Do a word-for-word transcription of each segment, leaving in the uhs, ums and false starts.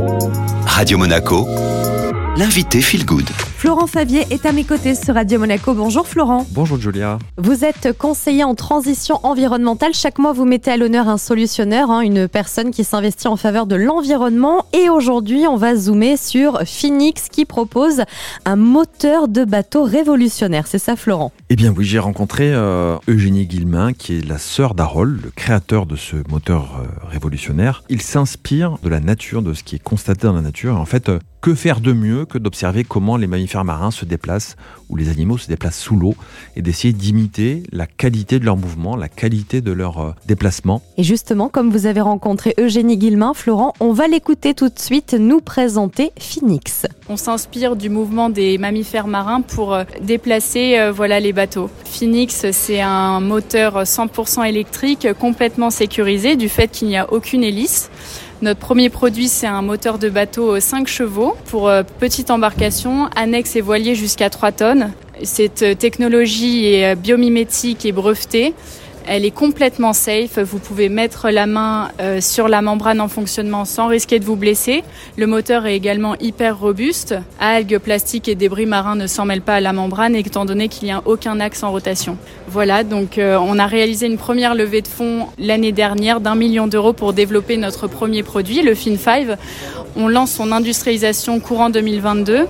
Radio Monaco, l'invité Feel Good. Florent Favier est à mes côtés sur Radio Monaco. Bonjour Florent. Bonjour Julia. Vous êtes conseiller en transition environnementale. Chaque mois, vous mettez à l'honneur un solutionneur, hein, une personne qui s'investit en faveur de l'environnement. Et aujourd'hui, on va zoomer sur Phoenix qui propose un moteur de bateau révolutionnaire. C'est ça Florent? Eh bien oui, j'ai rencontré euh, Eugénie Guillemin, qui est la sœur d'Harold, le créateur de ce moteur euh, révolutionnaire. Il s'inspire de la nature, de ce qui est constaté dans la nature. En fait, euh, que faire de mieux que d'observer comment les mammifères marins se déplacent ou les animaux se déplacent sous l'eau et d'essayer d'imiter la qualité de leur mouvement, la qualité de leur euh, déplacement. Et justement, comme vous avez rencontré Eugénie Guillemin, Florent, on va l'écouter tout de suite nous présenter Phoenix. On s'inspire du mouvement des mammifères marins pour euh, déplacer euh, voilà, les bateaux. Phoenix, c'est un moteur cent pour cent électrique, complètement sécurisé du fait qu'il n'y a aucune hélice. Notre premier produit, c'est un moteur de bateau cinq chevaux pour euh, petite embarcation, annexe et voilier jusqu'à trois tonnes. Cette technologie est biomimétique et brevetée. Elle est complètement safe. Vous pouvez mettre la main euh, sur la membrane en fonctionnement sans risquer de vous blesser. Le moteur est également hyper robuste. Algues, plastiques et débris marins ne s'en mêlent pas à la membrane étant donné qu'il n'y a aucun axe en rotation. Voilà, donc euh, on a réalisé une première levée de fonds l'année dernière d'un million d'euros pour développer notre premier produit, le Fin cinq. On lance son industrialisation courant deux mille vingt-deux.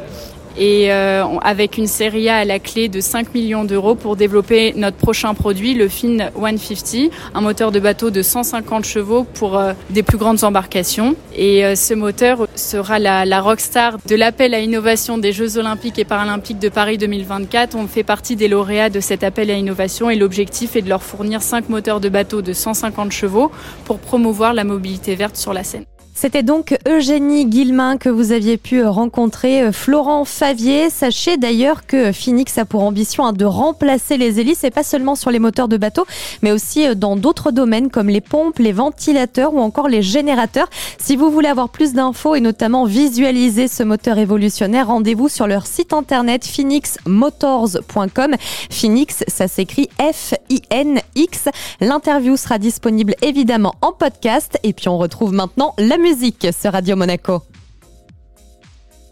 Et euh, avec une série A à la clé de cinq millions d'euros pour développer notre prochain produit, le Fin cent cinquante, un moteur de bateau de cent cinquante chevaux pour euh, des plus grandes embarcations. Et euh, ce moteur sera la, la rockstar de l'appel à innovation des Jeux Olympiques et Paralympiques de Paris deux mille vingt-quatre. On fait partie des lauréats de cet appel à innovation et l'objectif est de leur fournir cinq moteurs de bateau de cent cinquante chevaux pour promouvoir la mobilité verte sur la Seine. C'était donc Eugénie Guillemin que vous aviez pu rencontrer. Florent Favier, sachez d'ailleurs que Phoenix a pour ambition hein, de remplacer les hélices et pas seulement sur les moteurs de bateau, mais aussi dans d'autres domaines comme les pompes, les ventilateurs ou encore les générateurs. Si vous voulez avoir plus d'infos et notamment visualiser ce moteur révolutionnaire, rendez-vous sur leur site internet phoenix motors point com. Phoenix, ça s'écrit F I N X. L'interview sera disponible évidemment en podcast et puis on retrouve maintenant la musique sur Radio Monaco.